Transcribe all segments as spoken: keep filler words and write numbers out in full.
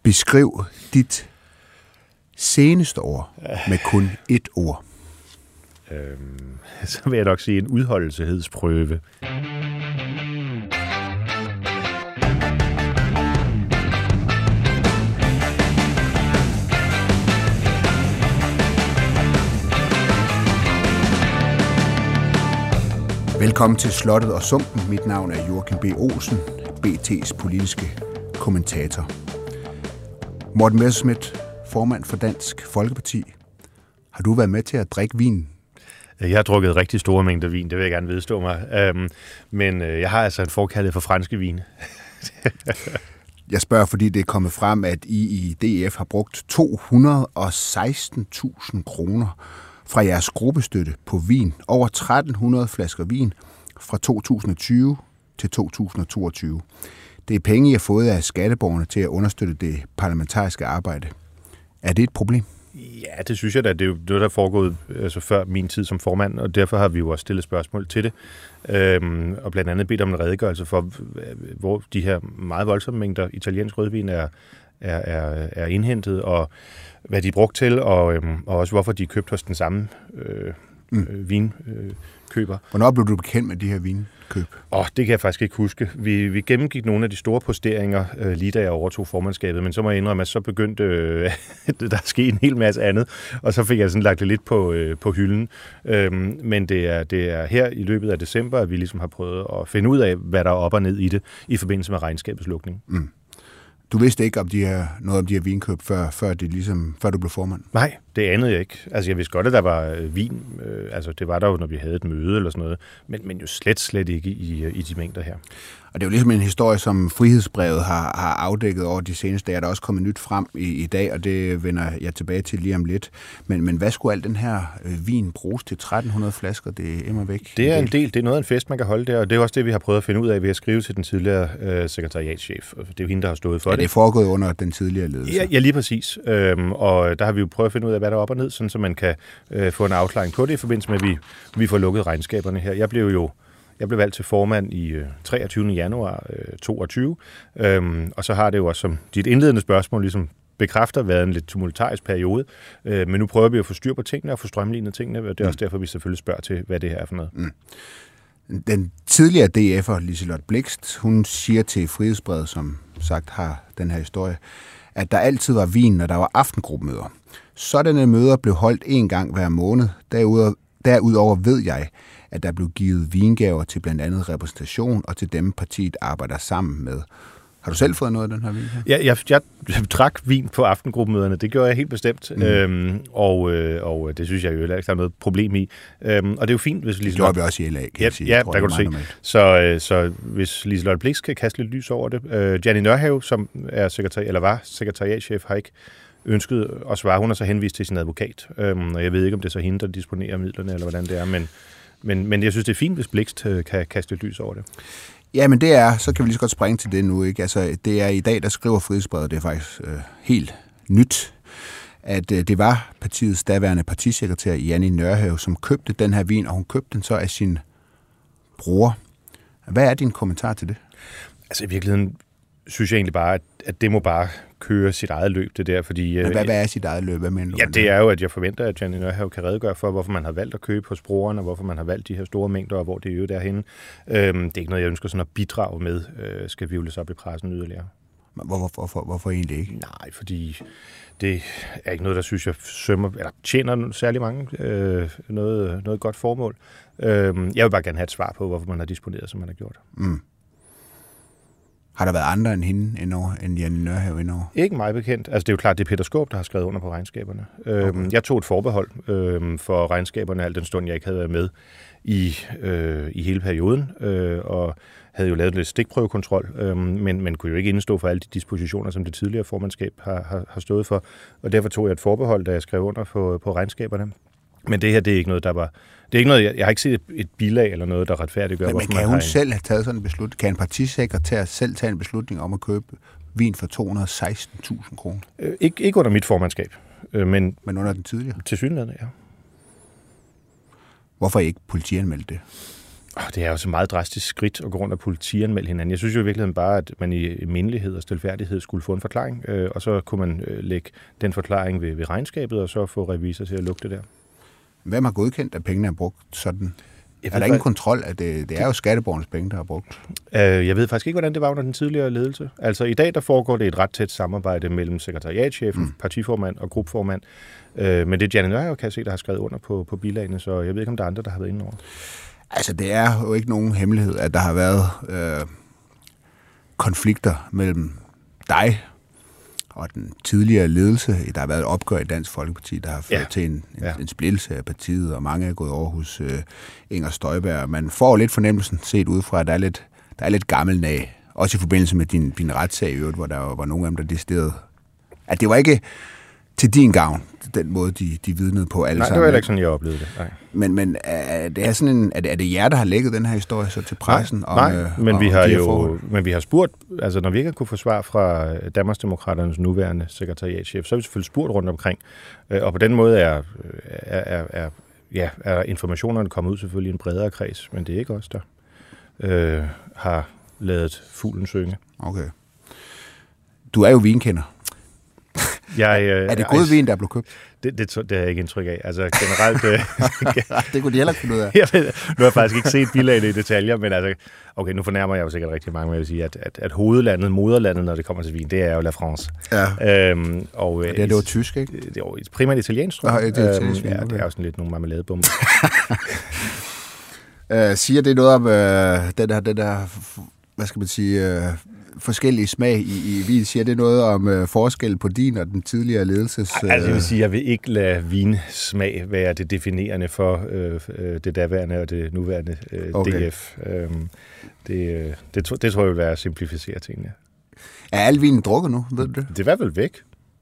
Beskriv dit seneste år med kun ét ord. Øhm, så vil jeg nok sige en udholdenhedsprøve. Velkommen til Slottet og Sumpen. Mit navn er Joachim B. Olsen, B T's politiske kommentator. Morten Messerschmidt, formand for Dansk Folkeparti. Har du været med til at drikke vin? Jeg har drukket rigtig store mængder vin, det vil jeg gerne vedstå mig. Øhm, men øh, jeg har altså en forkærlighed for franske vine. Jeg spørger, fordi det er kommet frem, at I i D F har brugt to hundrede og seksten tusind kroner fra jeres gruppestøtte på vin. Over tretten hundrede flasker vin fra to tusind og tyve til to tusind og toogtyve. Det er penge, I har fået af skatteborgerne til at understøtte det parlamentariske arbejde. Er det et problem? Ja, det synes jeg da. Det er jo noget, der er foregået altså før min tid som formand, og derfor har vi jo også stillet spørgsmål til det. Øhm, og blandt andet bedt om en redegørelse for, hvor de her meget voldsomme mængder italiensk rødvin er, er, er, er indhentet, og hvad de er brugt til, og, øhm, og også hvorfor de er købt hos den samme øh, mm. øh, vinkøber. Hvornår blev du bekendt med de her vinkøb? Åh, oh, det kan jeg faktisk ikke huske. Vi, vi gennemgik nogle af de store posteringer, øh, lige da jeg overtog formandskabet, men så må jeg indrømme, at så begyndte øh, der at ske en hel masse andet, og så fik jeg sådan lagt det lidt på, øh, på hylden. Øhm, men det er, det er her i løbet af december, at vi ligesom har prøvet at finde ud af, hvad der er op og ned i det, i forbindelse med regnskabets lukning. Mm. Du vidste ikke om de her, noget om de her vinkøb, før, før, det ligesom, før du blev formand? Nej, det anede jeg ikke. Altså, jeg vidste godt, at der var øh, vin. Øh, altså, det var der jo, når vi havde et møde eller sådan noget. Men, men jo slet, slet ikke i, i de mængder her. Og det er jo ligesom en historie, som Frihedsbrevet har, har afdækket over de seneste dage. Der er også kommet nyt frem i, i dag, og det vender jeg tilbage til lige om lidt. Men, men hvad skulle al den her øh, vin bruges til? tretten hundrede flasker, det er immer væk. Det er en del. Det er noget af en fest, man kan holde der, og det er også det, vi har prøvet at finde ud af ved at skrive til den tidligere øh, sekretariatschef. Det er jo hende, der har stået for ja, det. det er foregået under den tidligere ledelse. Ja, ja lige præcis. Øhm, og der har vi jo prøvet at finde ud af, hvad der er op og ned, sådan, så man kan øh, få en afklaring på det i forbindelse med, at vi, vi får lukket regnskaberne her. Jeg blev jo Jeg blev valgt til formand i øh, treogtyvende januar øh, toogtyve, øhm, og så har det jo også, som dit indledende spørgsmål ligesom bekræfter, været en lidt tumultarisk periode, øh, men nu prøver vi at få styr på tingene og få strømlignet tingene, og det er mm. også derfor, vi selvfølgelig spørger til, hvad det her er for noget. Mm. Den tidligere D F'er, Liselott Blixt, hun siger til Frihedsbrevet, som sagt har den her historie, at der altid var vin, når der var aftengruppemøder. Sådanne møder blev holdt en gang hver måned. Derudover, derudover ved jeg, at der blev givet vingaver til blandt andet repræsentation og til dem, partiet arbejder sammen med. Har du selv fået noget af den her vin her? Ja, jeg, jeg drak vin på aftengruppemøderne. Det gjorde jeg helt bestemt. Mm. Øhm, og, øh, og det synes jeg jo ikke, der er noget problem i. Øhm, og det er jo fint, hvis Liselott... Det gjorde vi også i L A, kan ja, jeg sige. Ja, jeg tror, der kan du se. Så, øh, så hvis Liselott Blixt kan kaste lidt lys over det. Øh, Jannie Nørhave, som er sekretær, eller var sekretariatschef, har ikke ønsket at svare. Hun har så henvist til sin advokat. Øhm, og jeg ved ikke, om det er så hende, der disponerer midlerne, eller hvordan det er, men... Men, men jeg synes, det er fint, hvis Blixt kan kaste et lys over det. Ja, men det er, så kan vi lige så godt springe til det nu, ikke? Altså, det er i dag, der skriver Frihedsbrevet, det er faktisk øh, helt nyt, at øh, det var partiets daværende partisekretær, Jannie Nørhave, som købte den her vin, og hun købte den så af sin bror. Hvad er din kommentar til det? Altså i virkeligheden synes jeg egentlig bare, at, at det må bare køre sit eget løb, det der, fordi... Men hvad, hvad er sit eget løb? Hvad mener du? Ja, det er jo, at jeg forventer, at Jannie Nørhave kan redegøre for, hvorfor man har valgt at købe hos brugeren, og hvorfor man har valgt de her store mængder, og hvor det er jo derhenne. Øhm, det er ikke noget, jeg ønsker sådan at bidrage med, øh, skal vivles op i pressen yderligere. Hvorfor, hvorfor, hvorfor egentlig ikke? Nej, fordi det er ikke noget, der synes jeg sømmer, eller tjener særlig mange øh, noget, noget godt formål. Øh, jeg vil bare gerne have et svar på, hvorfor man har disponeret, som man har gjort. Mm. Har der været andre end hende indover, end Jannie Nørhave indover? Ikke mig bekendt. Altså det er jo klart, det er Peter Skaarup, der har skrevet under på regnskaberne. Okay. Jeg tog et forbehold øh, for regnskaberne, al den stund jeg ikke havde været med i, øh, i hele perioden, øh, og havde jo lavet lidt stikprøvekontrol, øh, men, men kunne jo ikke indstå for alle de dispositioner, som det tidligere formandskab har, har, har stået for. Og derfor tog jeg et forbehold, da jeg skrev under på, på regnskaberne. Men det her, det er ikke noget, der var... Det er ikke noget, jeg, jeg har ikke set et, et bilag eller noget, der retfærdiggør, men, hvorfor men man kan hun en... selv have taget sådan en beslutning? Kan en partisekretær selv tage en beslutning om at købe vin for to hundrede og seksten tusind kroner? Øh, ikke, ikke under mit formandskab, øh, men... Men under den tidligere? Tilsyneladende, ja. Hvorfor ikke politianmeldt det? Det er jo så meget drastisk skridt at gå rundt og politianmelde hinanden. Jeg synes jo i virkeligheden bare, at man i mindelighed og stilfærdighed skulle få en forklaring, øh, og så kunne man øh, lægge den forklaring ved, ved regnskabet, og så få revisor til at lukke det der. Hvem har godkendt, at pengene er brugt sådan? Jeg er der ingen kontrol af det? Det er jo skatteborgernes penge, der har brugt. Øh, jeg ved faktisk ikke, hvordan det var under den tidligere ledelse. Altså i dag, der foregår det et ret tæt samarbejde mellem sekretariatschefen, mm. partiformand og gruppeformand. Øh, men det er Gianni Nøjer, kan jeg se, der har skrevet under på, på bilagene, så jeg ved ikke, om der er andre, der har været inde over. Altså, det er jo ikke nogen hemmelighed, at der har været øh, konflikter mellem dig og den tidligere ledelse. Der har været et opgør i Dansk Folkeparti, der har ført ja. til en, en, ja. en splittelse af partiet, og mange er gået over hos øh, Inger Støjberg. Man får lidt fornemmelsen set udefra, at der er lidt, der er lidt gammel nag. Også i forbindelse med din, din retssag i øvrigt, hvor der var nogle af dem, der deciderede. At det var ikke til din gavn, den måde, de, de vidnede på alle Nej, sammen. Nej, det var heller ikke sådan, jeg oplevede det. Nej. Men, men er, det er, sådan en, er, det, er det jer, der har lægget den her historie så til pressen? Nej, om, nej men, om, vi har jo, men vi har spurgt, altså når vi ikke har kunne få svar fra Danmarksdemokraternes nuværende sekretariatschef, så har vi selvfølgelig spurgt rundt omkring, og på den måde er, er, er, er, ja, er informationerne kommet ud selvfølgelig i en bredere kreds, men det er ikke os, der øh, har ladet fuglen synge. Okay. Du er jo vinkender. Jeg, øh, er det god vin, der blev købt? Det, det, det har jeg ikke indtryk af. Altså generelt... Øh, det kunne de heller ikke finde ud af. Jeg ved, nu har jeg faktisk ikke set bilagene i detaljer, men altså, okay, nu fornærmer jeg jo sikkert rigtig mange, men jeg vil sige, at, at, at hovedlandet, moderlandet, når det kommer til vin, det er jo La France. Ja. Øhm, og, det, det var tysk, ikke? Det er jo primært italiensk, tror jeg. Det er, øhm, ja, det er jo sådan lidt nogle marmeladebomber. uh, siger det noget om uh, den der, den der, hvad skal man sige... Uh, forskellige smag i, i vin. Siger det noget om øh, forskel på din og den tidligere ledelses... Øh... Altså, jeg vil sige, jeg vil ikke lade vinsmag være det definerende for øh, det daværende og det nuværende øh, okay. D F. Øhm, det, øh, det, det tror jeg vil være at simplificere tingene. Er al vinen drukket nu, ved du det? Det var vel væk.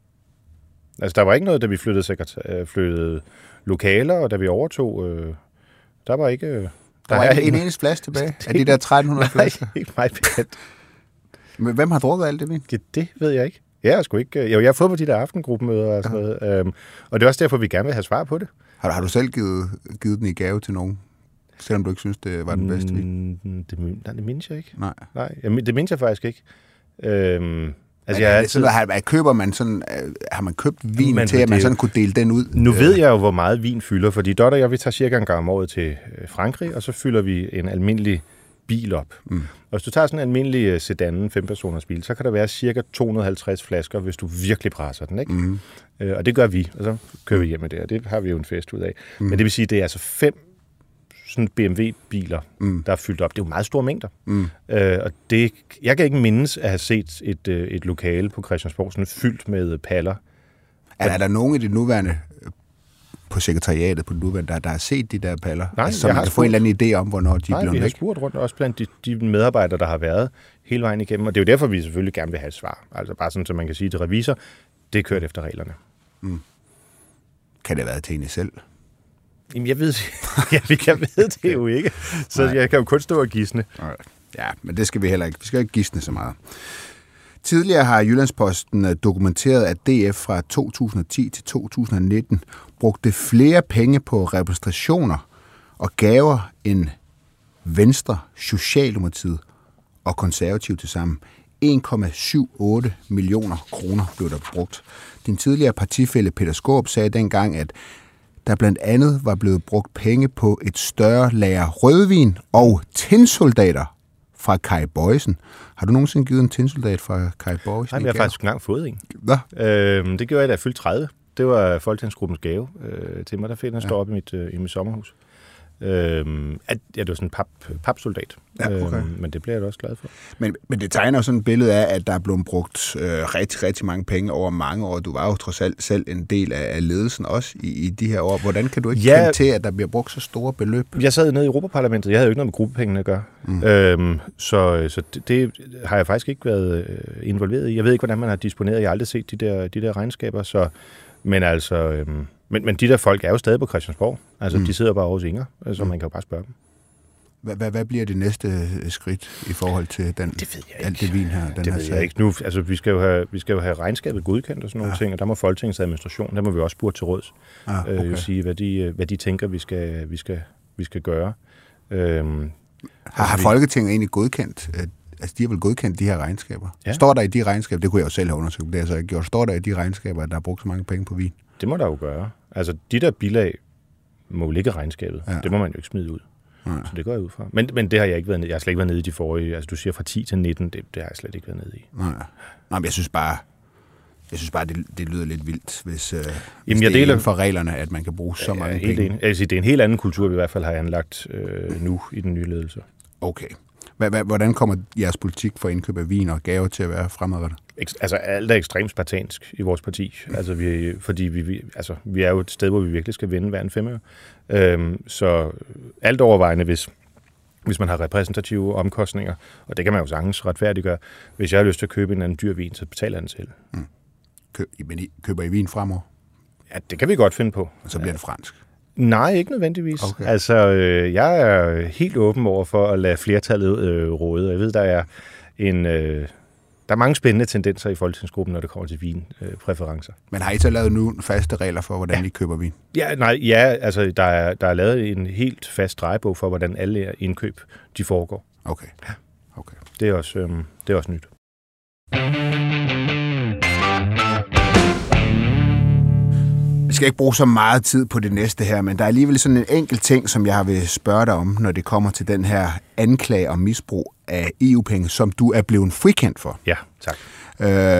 Altså, der var ikke noget, da vi flyttede, sekretar- flyttede lokaler, og da vi overtog, øh, der var ikke... Øh, der, der var ikke en eneste flaske tilbage af de der tretten hundrede flasker? Nej, ikke mig bekendt. Men hvem har drukket alt det vin? Ja, det ved jeg ikke. Jeg har sgu ikke... Jo, jeg har fået på de der aftengruppemøder og sådan noget. Øhm, og det er også derfor, vi gerne vil have svar på det. Har, har du selv givet, givet den i gave til nogen? Selvom du ikke synes, det var den bedste vin? Mm, det, nej, det mindes jeg ikke. Nej. Nej, det mindes jeg faktisk ikke. Øhm, altså, jeg altid... sådan, har, køber man sådan, har man købt vin man, til, at man sådan kunne dele den ud? Nu ved jeg jo, hvor meget vin fylder, fordi Dot og jeg, vi tager cirka en gang om året til Frankrig, og så fylder vi en almindelig bil op. Mm. Og hvis du tager sådan en almindelig sedan, fempersoners bil, så kan der være cirka to hundrede og halvtreds flasker, hvis du virkelig presser den, ikke? Mm. Øh, og det gør vi, og så kører vi hjem med det, og det har vi jo en fest ud af. Mm. Men det vil sige, det er altså fem sådan B M W-biler, mm. der er fyldt op. Det er jo meget store mængder. Mm. Øh, og det, jeg kan ikke mindes at have set et, et lokale på Christiansborg sådan fyldt med paller. Er, er der nogen i det nuværende på sekretariatet på det nuværende, der, der har set de der paller? Nej, altså, så man kan spurgt. få en eller anden idé om, hvornår de Nej, bliver væk? vi har spurgt rundt, også blandt de, de medarbejdere, der har været hele vejen igennem, og det er jo derfor, vi selvfølgelig gerne vil have et svar. Altså bare sådan, så man kan sige til revisor, det er kørt efter reglerne. Mm. Kan det have været til en selv? Jamen, jeg ved, jeg, jeg ved det jo ikke, så Nej. Jeg kan jo kun stå og gisne. Ja, men det skal vi heller ikke. Vi skal ikke gisne så meget. Tidligere har Jyllandsposten dokumenteret, at D F fra to tusind og ti til to tusind og nitten brugte flere penge på repræsentationer og gaver end Venstre, Socialdemokratiet og Konservativ til sammen. en komma syv otte millioner kroner blev der brugt. Din tidligere partifælle Peter Skaarup sagde dengang, at der blandt andet var blevet brugt penge på et større lager rødvin og tinsoldater fra Kai Boysen. Har du nogensinde givet en tinsoldat fra Kai Boysen? Nej, men jeg har faktisk engang fået en. Hvad? Øhm, det gjorde jeg, da jeg fyldte tredive. Det var Folketingsgruppens gave øh, til mig, der finder ja. står oppe i mit, øh, i mit sommerhus. Øhm, at, ja, det var sådan en pap, papsoldat, ja, okay. øhm, men det bliver jeg da også glad for. Men, men det tegner jo sådan et billede af, at der er blevet brugt øh, rigtig, rigtig mange penge over mange år. Du var jo trods alt selv en del af, af ledelsen også i, i de her år. Hvordan kan du ikke ja, kende til, at der bliver brugt så store beløb? Jeg sad nede i Europaparlamentet. Jeg havde jo ikke noget med gruppepengene at gøre. Mm. Øhm, så så det, det har jeg faktisk ikke været involveret i. Jeg ved ikke, hvordan man har disponeret. Jeg har aldrig set de der, de der regnskaber, så... Men altså... Øhm, Men, men de der folk er jo stadig på Christiansborg. Altså, mm. de sidder bare hos Inger, så mm. man kan jo bare spørge dem. Hvad, hvad, hvad bliver det næste skridt i forhold til den, det ved jeg alt det vin her? Den det her ved jeg ikke. Nu, altså, vi skal jo have, vi skal jo have regnskabet godkendt og sådan nogle ja. ting, og der må Folketingets administration, der må vi også spurgte til råds, ah, okay. øh, sige, hvad de, hvad de tænker, vi skal, vi skal, vi skal gøre. Øhm, Har, har Folketinget egentlig godkendt, øh, altså de har vel godkendt de her regnskaber? Ja. Står der i de regnskaber, det kunne jeg jo selv have undersøgt, det har jeg så ikke gjort, står der i de regnskaber, at der er brugt så mange penge på vin? Det må der jo gøre. Altså, de der bilag må jo ligge i regnskabet. Ja. Det må man jo ikke smide ud. Nej. Så det går jeg ud fra. Men, men det har jeg ikke været nede. Jeg har slet ikke været nede i de forrige. Altså, du siger fra ti til nitten, det, det har jeg slet ikke været nede i. Nej, Nej men jeg synes bare, jeg synes bare, det, det lyder lidt vildt, hvis, øh, hvis Jamen, jeg det er deler for reglerne, at man kan bruge så ja, mange helt penge. Altså, det er en helt anden kultur, vi i hvert fald har anlagt øh, nu i den nye ledelse. Okay. Hvordan kommer jeres politik for indkøb af vin og gaver til at være fremadrettet? Altså, alt er ekstremt spartansk i vores parti. Altså, vi, fordi vi, vi, altså, vi er jo et sted, hvor vi virkelig skal vinde hver en femøre. Øhm, så alt overvejende, hvis, hvis man har repræsentative omkostninger, og det kan man jo sagtens retfærdiggøre. Hvis jeg har lyst til at købe en anden dyr vin, så betaler jeg den selv. Mm. Køb, køber I vin fremover? Ja, det kan vi godt finde på. Og så bliver det fransk? Nej, ikke nødvendigvis. Okay. Altså, øh, jeg er helt åben over for at lade flertallet øh, råde. Jeg ved, der er en... Øh, der er mange spændende tendenser i folketingsgruppen, når det kommer til vinpræferencer. Øh, Men har I så lavet nu faste regler for, hvordan ja. I køber vin? Ja, nej, ja, altså der er, der er lavet en helt fast drejebog for, hvordan alle indkøb de foregår. Okay. Ja. Okay. Det er også, øh, det er også nyt. Vi skal ikke bruge så meget tid på det næste her, men der er alligevel sådan en enkelt ting, som jeg vil spørge dig om, når det kommer til den her anklage om misbrug af E U-penge, som du er blevet frikendt for. Ja, tak. Øh,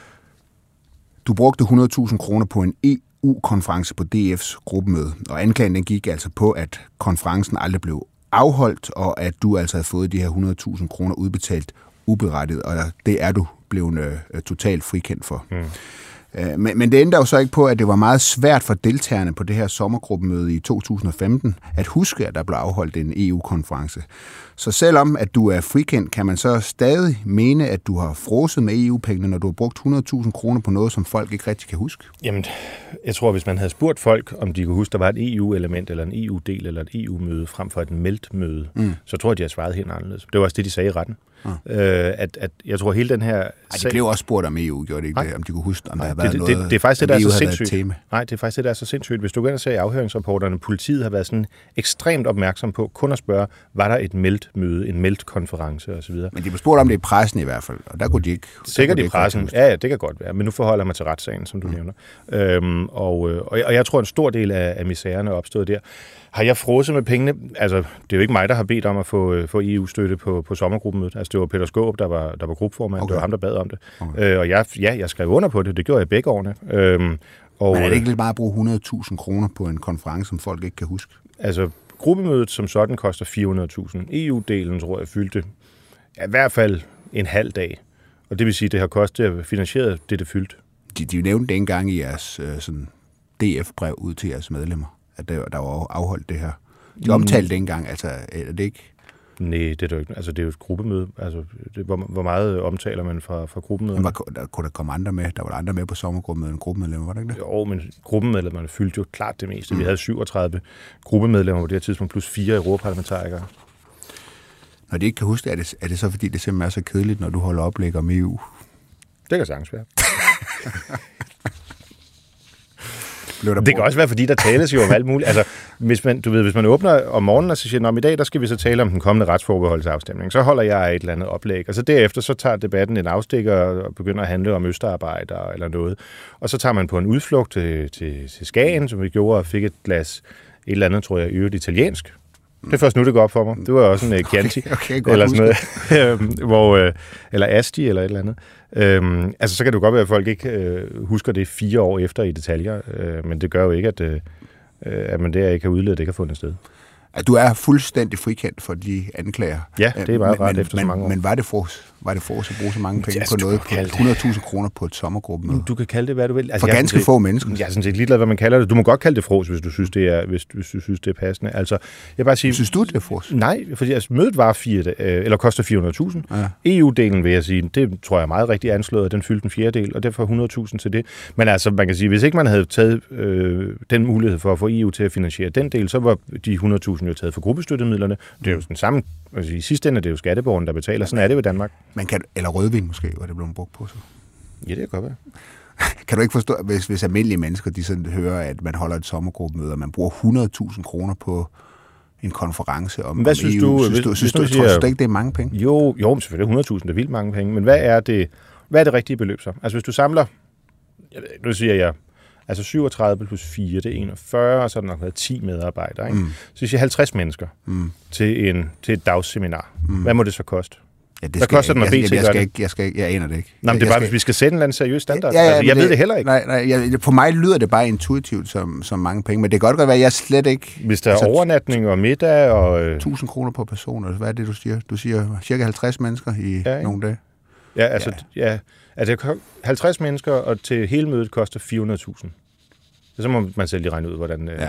du brugte hundrede tusind kroner på en E U-konference på D F's gruppemøde, og anklagen den gik altså på, at konferencen aldrig blev afholdt, og at du altså havde fået de her hundrede tusind kroner udbetalt uberettiget, og det er du blevet øh, totalt frikendt for. Mm. Men, men det endte jo så ikke på, at det var meget svært for deltagerne på det her sommergruppemøde i to tusind og femten at huske, at der blev afholdt en E U-konference. Så selvom at du er frikendt, kan man så stadig mene, at du har frosset med E U-pengene, når du har brugt hundrede tusind kroner på noget, som folk ikke rigtig kan huske? Jamen, jeg tror, hvis man havde spurgt folk, om de kunne huske, der var et E U-element, eller en E U-del, eller et E U-møde, frem for et meldt møde, mm. så tror jeg, de har svaret helt anderledes. Det var også det, de sagde i retten. Ja. Øh, at, at jeg tror, hele den her... Ej, de blev også spurgt om E U, gjorde det ikke det? Om de kunne huske, om der havde været det, noget... Det, det er faktisk det, der er så sindssygt. Nej, det er faktisk det, der er så sindssygt. Hvis du går ind og ser i afhøringsrapporterne, politiet har været sådan ekstremt opmærksom på kun at spørge, var der et meldt møde, en meldt konference osv. Men de blev spurgt om det i pressen i hvert fald, og der kunne de ikke... Sikkert i pressen. Ja, ja, det kan godt være. Men nu forholder jeg mig til retssagen, som du mm. nævner. Øhm, og, og, og jeg tror, en stor del af, af misærerne er opstået der. Har jeg frosset med pengene? Altså, det er jo ikke mig, der har bedt om at få, få E U-støtte på, på sommergruppemødet. Altså, det var Peter Skaarup, der var, der var gruppeformand. Okay. Det var ham, der bad om det. Okay. Øh, og jeg, ja, jeg skrev under på det. Det gjorde jeg begge årene. Øhm, og, Men er det ikke lidt meget at bruge hundrede tusind kroner på en konference, som folk ikke kan huske? Altså, gruppemødet som sådan koster fire hundrede tusind. E U-delen, tror jeg, fyldte ja, i hvert fald en halv dag. Og det vil sige, at det har kostet at finansiere det, det fyldte. De, de nævnte det engang i jeres øh, sådan D F-brev ud til jeres medlemmer, at der, der var afholdt det her. De omtalte det engang, altså er det ikke? Nej, det er det jo ikke. Altså det er jo et gruppemøde. Altså det, hvor, hvor meget omtaler man fra, fra gruppemødet? Var, der, kunne der komme andre med? Der var der andre med på sommergruppemødet end gruppemedlemmer, var det ikke det? Jo, men gruppemedlemmerne fyldte jo klart det meste. Mm. Vi havde syvogtredive gruppemedlemmer på det her tidspunkt, plus fire europaparlamentarikere. Når de ikke kan huske det, er det, er det så fordi, det simpelthen er så kedeligt, når du holder oplæg om E U? Det kan sagtens være. Det kan også være, fordi der tales jo om alt muligt. Altså, hvis man, du ved, hvis man åbner om morgenen og så siger, at i dag der skal vi så tale om den kommende retsforbeholdsafstemning, så holder jeg et eller andet oplæg, og så derefter så tager debatten en afstikker og begynder at handle om østarbejder eller noget. Og så tager man på en udflugt til, til, til Skagen, som vi gjorde, og fik et glas et eller andet, tror jeg, øvrigt italiensk. Det er først nu, det går op for mig. Det var også en uh, Chianti, okay, okay, eller sådan noget, hvor, uh, eller Asti, eller et eller andet. Um, altså, så kan det jo godt være, at folk ikke uh, husker det fire år efter i detaljer, uh, men det gør jo ikke, at, uh, at man der ikke har udledet, at det ikke har fundet sted. At du er fuldstændig frikendt for de anklager. Ja, det er meget rart efter men, så mange år. Men var det for, var det for at bruge så mange penge på noget, på hundrede tusind kroner på et sommergruppemøde? Du kan kalde det, hvad du vil. Altså, for ganske få mennesker. Jeg er sådan set ligeglad, hvad man kalder det. Du må godt kalde det fros, hvis du synes, det er, hvis, hvis du synes, det er passende. Altså, jeg bare sige, synes du, det er fros? Nej, fordi altså, mødet var fire, eller koster fire hundrede tusind. Ja. E U-delen, vil jeg sige, det tror jeg er meget rigtig anslået, den fyldte en fjerdedel, og derfor hundrede tusind til det. Men altså, man kan sige, hvis ikke man havde taget øh, den mulighed for at få E U til at finansiere den del, så var de hundrede tusind jo taget for gruppestøttemidlerne. Det er jo den samme. Altså, i sidste ende er det jo skatteborgerne, der betaler. Sådan er det jo i Danmark. Man kan, eller rødvin måske, hvor det blev brugt på så. Ja, det kan godt være. Kan du ikke forstå, hvis, hvis almindelige mennesker de sådan hører, at man holder et sommergruppemøde, og man bruger hundrede tusind kroner på en konference om, hvad om synes E U. Du, synes hvis, du, synes du, du, siger, tror du ikke, det er mange penge? Jo, jo selvfølgelig hundrede tusind er vildt mange penge, men hvad er det, hvad er det rigtige beløb så? Altså hvis du samler, jeg ved, nu siger jeg, altså syvogtredive plus fire, det er enogfyrre, og så er der nok været ti medarbejdere. Ikke? Mm. Så hvis jeg halvtreds mennesker mm. til, en, til et dagsseminar, mm. hvad må det så koste? Ja, det hvad koster den, når B T jeg, jeg, jeg, gør skal det? ikke, jeg, skal ikke, jeg aner det ikke. Nej, men det er bare, skal... hvis vi skal sætte en eller anden seriøs standard. Ja, ja, altså, jeg det, ved det heller ikke. Nej, nej jeg, på mig lyder det bare intuitivt som, som mange penge, men det kan godt være, at jeg slet ikke... Hvis der er altså, overnatning og middag og... Øh... tusind kroner per person, eller hvad er det, du siger? Du siger cirka halvtreds mennesker i ja, nogle dage. Ja, altså, ja. Ja, altså halvtreds mennesker, og til hele mødet koster fire hundrede tusind. Så må man selv lige regne ud, hvordan... Øh... Ja.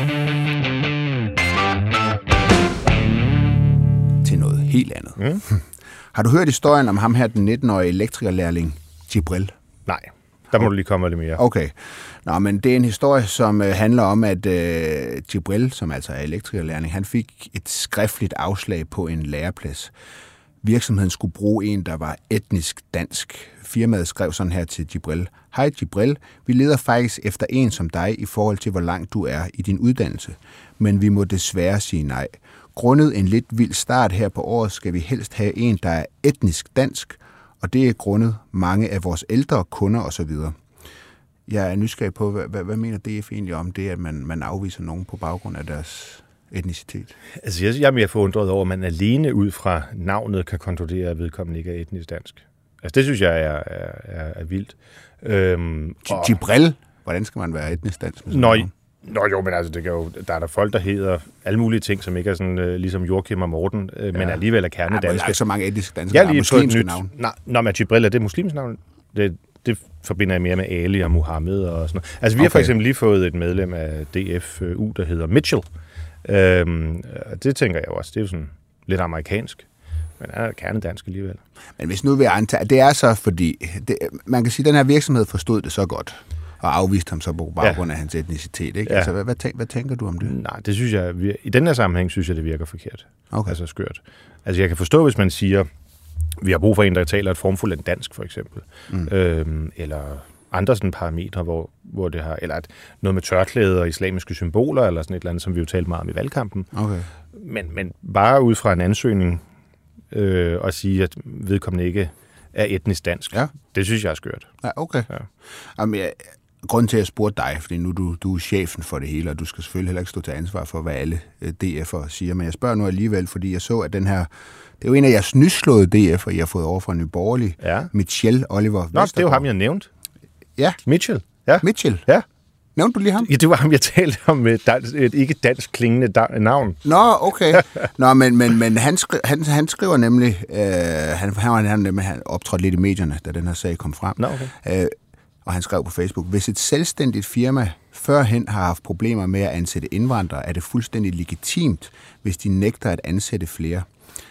Til noget helt andet. Mm. Har du hørt historien om ham her, den nitten-årige elektrikerlærling Jibril? Nej, der må okay. du lige komme lidt mere. Okay. Nå, men det er en historie, som øh, handler om, at øh, Jibril, som altså er elektrikerlærling, han fik et skriftligt afslag på en læreplads. Virksomheden skulle bruge en, der var etnisk dansk. Firmaet skrev sådan her til Jibril. Hej Jibril, vi leder faktisk efter en som dig i forhold til, hvor langt du er i din uddannelse. Men vi må desværre sige nej. Grundet en lidt vild start her på året, skal vi helst have en, der er etnisk dansk, og det er grundet mange af vores ældre kunder osv. Jeg er nysgerrig på, hvad, hvad, hvad mener D F egentlig om det, at man, man afviser nogen på baggrund af deres etnicitet? Altså, jeg, jeg er mere forundret over, at man alene ud fra navnet kan konkludere, at vedkommende ikke er etnisk dansk. Altså, det synes jeg er, er, er, er vildt. Øhm, og... Jibril? Hvordan skal man være etnisk dansk? Nå, Nå jo, men altså, det kan jo, der er der folk, der hedder alle mulige ting, som ikke er sådan, øh, ligesom Joachim og Morten, øh, ja. men alligevel er kernedanske. Ja, der er ikke så mange etniske danske navn, muslimske navn. Nej, nå, men Jibril, er det muslimsk navn? Det, det forbinder jeg mere med Ali og Muhammed og sådan noget. Altså, vi okay. har for eksempel lige fået et medlem af D F U, der hedder Mitchell. Øhm, det tænker jeg også, det er jo sådan lidt amerikansk. Men han er kernedansk alligevel. Men hvis nu vi antager, det er så fordi, det, man kan sige, at den her virksomhed forstod det så godt, og afviste ham så på baggrund ja. af hans etnicitet. Ikke? Ja. Altså, hvad, hvad, tænker, hvad tænker du om det? Nej, det synes jeg, i den her sammenhæng synes jeg, det virker forkert. Okay. Altså skørt. Altså jeg kan forstå, hvis man siger, vi har brug for en, der taler et formfuldt end dansk, for eksempel. Mm. Øhm, eller andre sådan parametre, hvor, hvor det har, eller et, noget med tørklæder og islamiske symboler, eller sådan et eller andet, som vi jo talte meget om i valgkampen. Okay. Men, men bare ud fra en ansøgning, øh, og sige, at vedkommende ikke er etnisk dansk, ja. det synes jeg er skørt. Ja, okay. Ja. Jamen, jeg, grunden til, at jeg spurgte dig, fordi nu du, du er chefen for det hele, og du skal selvfølgelig heller ikke stå til ansvar for, hvad alle D F'ere siger, men jeg spørger nu alligevel, fordi jeg så, at den her, det er jo en af jeres nyslåede D F'ere, I har fået over fra Nye Borgerlige, ja. Mitchell Oliver Nå, det er jo ham, jeg nævnte. Ja. Mitchell. Ja. Mitchell? Ja. Nævnte du lige ham? Ja, det var ham, jeg talte om med et, et ikke dansk klingende da- navn. Nå, okay. Nå, men, men, men han, skri, han, han skriver nemlig, øh, han, han, han, han optrådte lidt i medierne, da den her sag kom frem. Nå, okay. øh, og han skrev på Facebook, hvis et selvstændigt firma førhen har haft problemer med at ansætte indvandrere, er det fuldstændig legitimt, hvis de nægter at ansætte flere.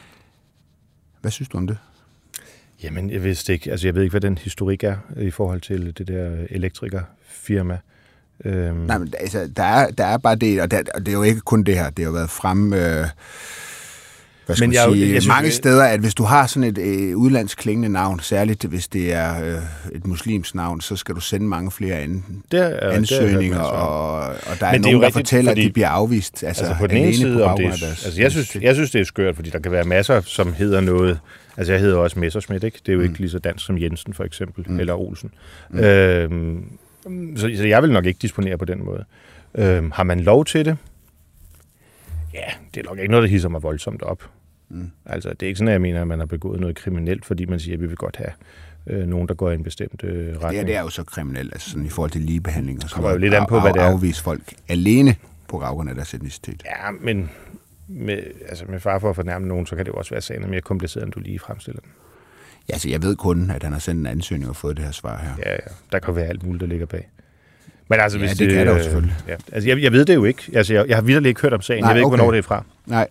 Hvad synes du om det? Jamen, jeg vidste ikke. Altså, jeg ved ikke, hvad den historik er i forhold til det der elektrikerfirma. Øhm. Nej, men altså, der er, der er bare det, og, der, og det er jo ikke kun det her. Det har jo været frem, øh, hvad skal men jeg, sige, jeg synes, mange steder, at hvis du har sådan et øh, udlandsk klingende navn, særligt hvis det er øh, et muslims navn, så skal du sende mange flere an, det er, ansøgninger, det er, og, og der er men nogen, er der rigtigt, fortæller, fordi, at de bliver afvist. Altså, altså på den ene side, om det er, altså, jeg, synes, jeg synes, det er skørt, fordi der kan være masser, som hedder noget. Altså, jeg hedder også Messerschmidt, ikke? Det er jo mm. ikke lige så dansk som Jensen, for eksempel, mm. eller Olsen. Mm. Øhm, så, så jeg vil nok ikke disponere på den måde. Øhm, har man lov til det? Ja, det er nok ikke noget, der hisser mig voldsomt op. Mm. Altså, det er ikke sådan, at jeg mener, at man har begået noget kriminelt, fordi man siger, at vi vil godt have øh, nogen, der går i en bestemt øh, retning. Ja, det er jo så kriminelt, altså sådan i forhold til ligebehandling. Og så kommer jo lidt an på, hvad det er. Afvise folk alene på baggrund af deres etnicitet. Ja, men med, altså med far for at fornærme nogen, så kan det jo også være sagen mere kompliceret, end du lige fremstiller den. Ja, altså jeg ved kun, at han har sendt en ansøgning og fået det her svar her. Ja, ja. Der kan være alt muligt, der ligger bag. Men altså, ja, hvis det, det kan der jo selvfølgelig. Ja. Altså, jeg, jeg ved det jo ikke. Altså, jeg, jeg har virkelig ikke hørt om sagen. Nej, jeg ved ikke, okay. hvornår det er fra. Nej.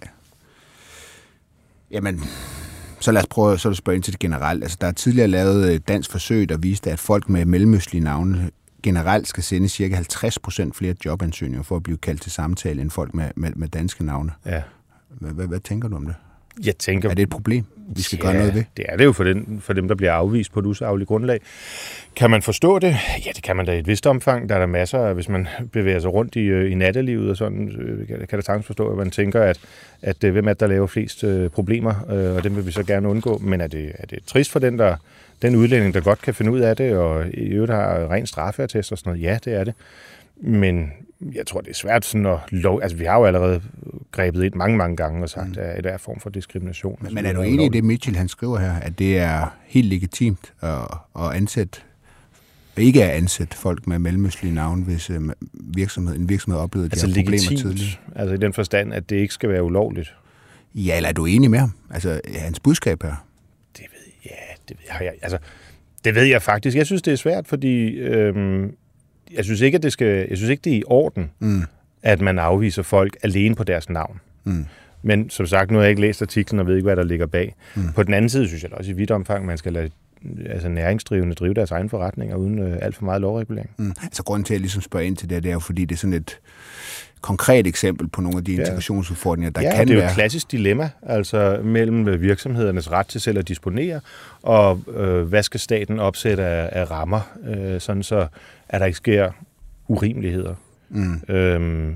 Jamen, så lad os prøve så at spørge ind til det generelt. Altså, der er tidligere lavet et dansk forsøg, der viste, at folk med mellemøstlige navne generelt skal sende cirka halvtreds procent flere jobansøgninger for at blive kaldt til samtale, end folk med, med, med danske navne. Ja. Hvad, hvad, hvad tænker du om det? Jeg tænker... Er det et problem? vi skal ja, gøre noget ved? Det er det jo for, den, for dem, der bliver afvist på et usagligt grundlag. Kan man forstå det? Ja, det kan man da i et vist omfang. Der er der masser, hvis man bevæger sig rundt i, i nattelivet og sådan, kan der sagtens forstå, at man tænker, at, at hvem er det, der laver flest øh, problemer, øh, og dem vil vi så gerne undgå. Men er det, er det trist for den, der, den udlænding, der godt kan finde ud af det, og i øvrigt har ren straffeattest og sådan noget? Ja, det er det. Men jeg tror, det er svært sådan at lov... Altså, vi har jo allerede grebet ind mange, mange gange og sagt, at det er form for diskrimination. Men, men er du enig i det, Mitchell han skriver her, at det er helt legitimt at, at ansætte, ikke at ansætte folk med mellemøstlige navne, hvis virksomhed, en virksomhed oplevede, at de altså, har problemer legitimt, tidligere? Altså i den forstand, at det ikke skal være ulovligt? Ja, eller er du enig med ham? Altså, hans budskab her? Det ved jeg, ja, det ved jeg. Altså, det ved jeg faktisk. Jeg synes, det er svært, fordi... Øhm, Jeg synes ikke, at det skal, jeg synes ikke, det er i orden, mm. at man afviser folk alene på deres navn. Mm. Men som sagt, nu har jeg ikke læst artiklen og ved ikke, hvad der ligger bag. Mm. På den anden side synes jeg også i vidt omfang, man skal lade altså næringsdrivende drive deres egne forretninger uden øh, alt for meget lovregulering. Mm. Altså grunden til, at jeg ligesom spørger ind til det, det er jo, fordi det er sådan et konkret eksempel på nogle af de integrationsudfordringer, der ja, kan være. Ja, det er jo være. et klassisk dilemma, altså mellem virksomhedernes ret til selv at disponere, og øh, hvad skal staten opsætte af, af rammer, øh, sådan så at der ikke sker urimeligheder. Mm. Øhm, men,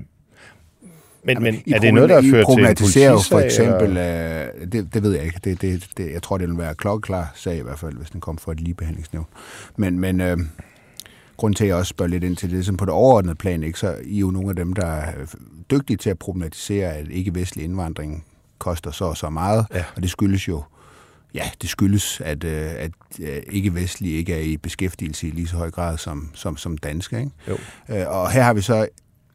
Jamen, men I er det noget, der fører til en politisag? For eksempel, øh, det, det ved jeg ikke, det, det, det, jeg tror, det vil være klokkeklar sag i hvert fald, hvis den kommer fra et ligebehandlingsnævn. Men, men øh, grunden til, at jeg også spørger lidt ind til det, som på det overordnede plan, ikke, så er I jo nogle af dem, der er dygtige til at problematisere, at ikke-vestlig indvandring koster så og så meget, ja. Og det skyldes jo, ja, det skyldes, at, at ikke-vestlige ikke er i beskæftigelse i lige så høj grad som, som, som danske. Ikke? Jo. Og her har vi så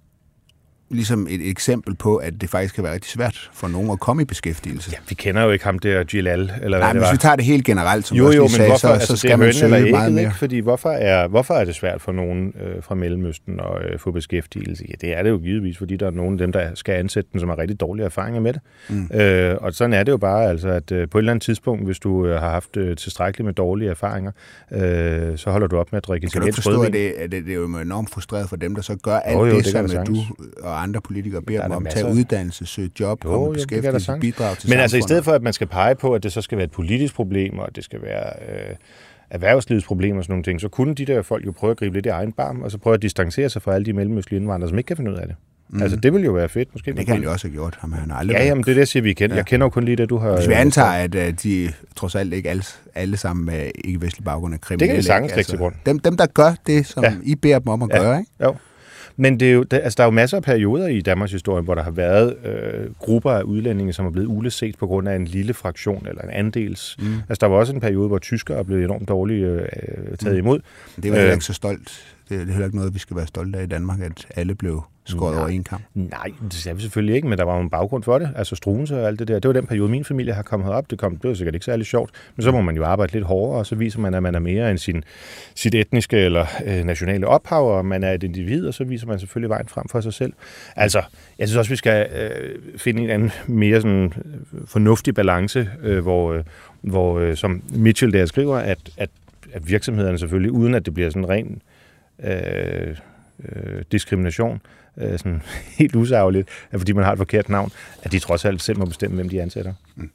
ligesom et eksempel på, at det faktisk kan være rigtig svært for nogen at komme i beskæftigelse. Ja, vi kender jo ikke ham der, Gilal, eller Nej, hvad det hvis var. vi tager det helt generelt, som jo, også jo, lige sagde, hvorfor, så, altså, så skal man søge meget mere. Ikke? Fordi hvorfor er, hvorfor er det svært for nogen øh, fra Mellemøsten at øh, få beskæftigelse? Ja, det er det jo givetvis, fordi der er nogen af dem, der skal ansætte dem, som har rigtig dårlige erfaringer med det. Mm. Øh, og sådan er det jo bare, altså, at øh, på et eller andet tidspunkt, hvis du øh, har haft øh, tilstrækkeligt med dårlige erfaringer, øh, så holder du op med at drikke italiensk rødvin. Kan du forstå, at det, at det er jo enormt frustreret for dem, der så gør alt jo, jo, det, det som du og andre politikere beder dem om, masser. tage uddannelse, søge job, jo, komme beskæftigelse, bidrag til samfundet. Men altså i stedet for, at man skal pege på, at det så skal være et politisk problem, og at det skal være øh, erhvervslivets problem og sådan nogle ting, så kunne de der folk jo prøve at gribe lidt i egen barm, og så prøve at distancere sig fra alle de mellemøstlige indvandrere, som ikke kan finde ud af det. Mm. Altså det ville jo være fedt. Måske det kan han jo også have gjort. Ham, han har aldrig ja, jamen det er det, jeg siger, vi kender. Ja. Jeg kender jo kun lige det, du har... Hvis vi antager, at uh, de trods alt ikke alle, alle sammen med ikke-vestlig baggrund er kriminelle. Det kan vi sagtens lægge til grund. Dem, dem, der gør det, som ja. I beder dem om at ja. gøre, ikke? Jo. Men det er jo, der, altså, der er jo masser af perioder i Danmarks historie, hvor der har været øh, grupper af udlændinge, som er blevet uleset på grund af en lille fraktion eller en andels. Mm. Altså, der var også en periode, hvor tyskere er blevet enormt dårligt øh, taget imod. Mm. Det var heller ikke så stolt. Det er heller ikke noget, vi skal være stolte af i Danmark, at alle blev skåret nej, over en kamp. Nej, det sagde vi selvfølgelig ikke, men der var jo en baggrund for det. Altså Struensee og alt det der. Det var den periode, min familie har kommet herop. Det, kom, det var sikkert ikke særlig sjovt, men så må man jo arbejde lidt hårdere, og så viser man, at man er mere end sin, sit etniske eller øh, nationale ophav, og man er et individ, og så viser man selvfølgelig vejen frem for sig selv. Altså, jeg synes også, vi skal øh, finde en anden mere sådan, fornuftig balance, øh, hvor, øh, hvor øh, som Mitchell der skriver, at, at, at virksomhederne selvfølgelig, uden at det bliver sådan ren øh, øh, diskrimination, øh, sådan helt usagligt, at fordi man har et forkert navn, at de trods alt selv må bestemme, hvem de ansætter. Mm.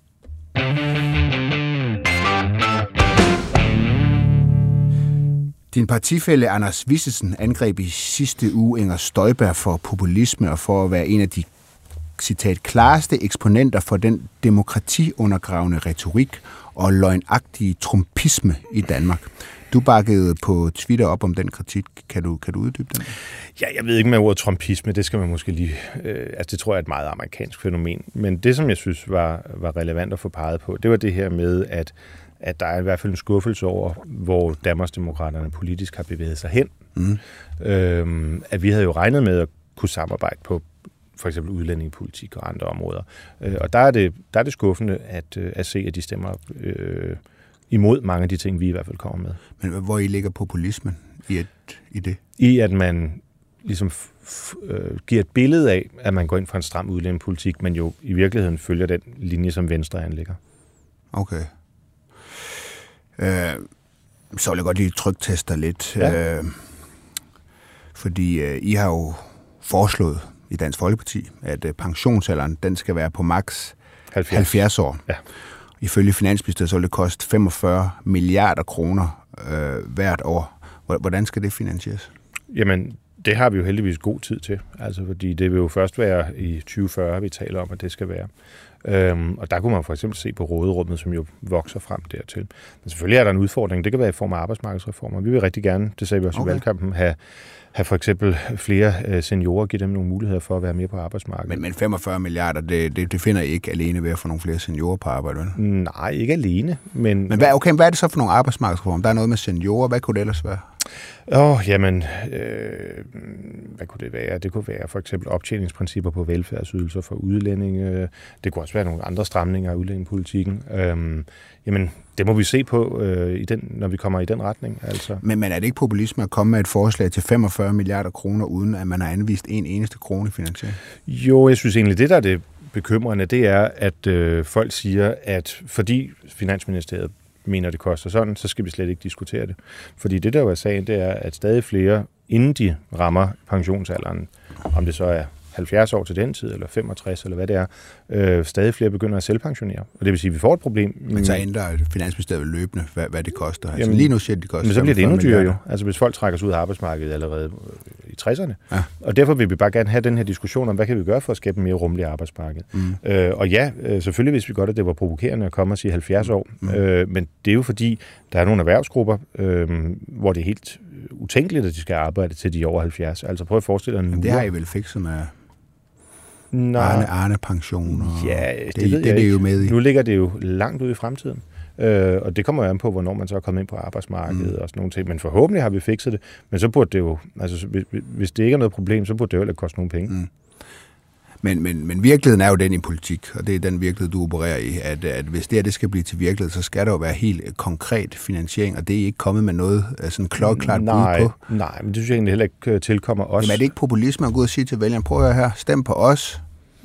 Din partifælle Anders Vissesen angreb i sidste uge Inger Støjberg for populisme og for at være en af de, citat, klareste eksponenter for den demokratiundergravende retorik og løgnagtige trumpisme i Danmark. Du bakkede på Twitter op om den kritik. Kan du, kan du uddybe den? Ja, jeg ved ikke med ordet trumpisme, det skal man måske lige... Øh, altså det tror jeg er et meget amerikansk fænomen. Men det, som jeg synes var, var relevant at få peget på, det var det her med, at, at der er i hvert fald en skuffelse over, hvor Danmarksdemokraterne politisk har bevæget sig hen. Mm. Øh, at vi havde jo regnet med at kunne samarbejde på for eksempel udlændingepolitik og andre områder. Øh, og der er, det, der er det skuffende at, at se, at de stemmer... Øh, imod mange af de ting, vi i hvert fald kommer med. Men hvor I ligger populismen i, et, i det? I at man ligesom f- f- øh, giver et billede af, at man går ind for en stram udlændingepolitik, men jo i virkeligheden følger den linje, som Venstre anlægger. Okay. Øh, så vil jeg godt lige trykteste lidt. Ja. Øh, fordi øh, I har jo foreslået i Dansk Folkeparti, at øh, pensionsalderen, den skal være på maks halvfjerds år. Ja. ifølge Finansministeriet, så vil det koste femogfyrre milliarder kroner øh, hvert år. Hvordan skal det finansieres? Jamen, det har vi jo heldigvis god tid til, altså fordi det vil jo først være i tyve fyrre, vi taler om, at det skal være. Øhm, og der kunne man for eksempel se på råderummet, som jo vokser frem dertil. Men selvfølgelig er der en udfordring. Det kan være i form af arbejdsmarkedsreformer. Vi vil rigtig gerne, det sagde vi også okay. i valgkampen, have, have for eksempel flere seniorer, give dem nogle muligheder for at være mere på arbejdsmarkedet. Men, men femogfyrre milliarder, det, det, det finder I ikke alene ved at få nogle flere seniorer på arbejde, vel? Nej, ikke alene. Men, men hvad, okay, hvad er det så for nogle arbejdsmarkedsreformer? Der er noget med seniorer. Hvad kunne det ellers være? Åh, oh, jamen, øh, hvad kunne det være? Det kunne være for eksempel optjeningsprincipper på velfærdsydelser for udlændinge. Det kunne også være nogle andre stramninger af udlændingepolitikken. Øhm, jamen, det må vi se på, øh, i den, når vi kommer i den retning. Altså. Men, men er det ikke populisme at komme med et forslag til femogfyrre milliarder kroner, uden at man har anvist en eneste krone i finansiering? Jo, jeg synes egentlig, det der er det bekymrende, det er, at øh, folk siger, at fordi Finansministeriet mener, det koster sådan, så skal vi slet ikke diskutere det. Fordi det, der jo er sagen, det er, at stadig flere, inden de rammer pensionsalderen, om det så er halvfjerds år til den tid, eller femogtres, eller hvad det er, øh, stadig flere begynder at selvpensionere. Og det vil sige, at vi får et problem. Men så ændrer Finansministeriet løbende, hvad, hvad det koster. Altså, jamen, lige nu siger det, det koster. Men så bliver det endnu dyrere jo. Altså hvis folk trækker sig ud af arbejdsmarkedet allerede i tresserne. Ja. Og derfor vil vi bare gerne have den her diskussion om, hvad kan vi gøre for at skabe en mere rummelig arbejdsmarked. Mm. Øh, og ja, selvfølgelig hvis vi godt, at det var provokerende at komme og sige halvfjerds år. Mm. Øh, men det er jo fordi, der er nogle erhvervsgrupper, øh, hvor det er helt utænkeligt, at de skal arbejde til de er over halvfjerds. Altså prøv at forestille dig en det har I vel fikset med Arne, Arne pensioner. Ja, det, det, det, det, det er det jo med i. Nu ligger det jo langt ude i fremtiden. Øh, og det kommer jo an på, hvornår man så er kommet ind på arbejdsmarkedet mm. og sådan nogle ting. Men forhåbentlig har vi fikset det. Men så burde det jo, altså hvis, hvis det ikke er noget problem, så burde det jo ikke koste nogen penge. Mm. Men, men, men virkeligheden er jo den i politik, og det er den virkelighed, du opererer i, at, at hvis det her det skal blive til virkelighed, så skal der jo være helt konkret finansiering, og det er ikke kommet med noget sådan klokklart bud på. Nej, men det synes jeg egentlig heller ikke tilkommer os. Jamen er det ikke populisme at gå ud og sige til vælgerne, prøv at høre her, stem på os,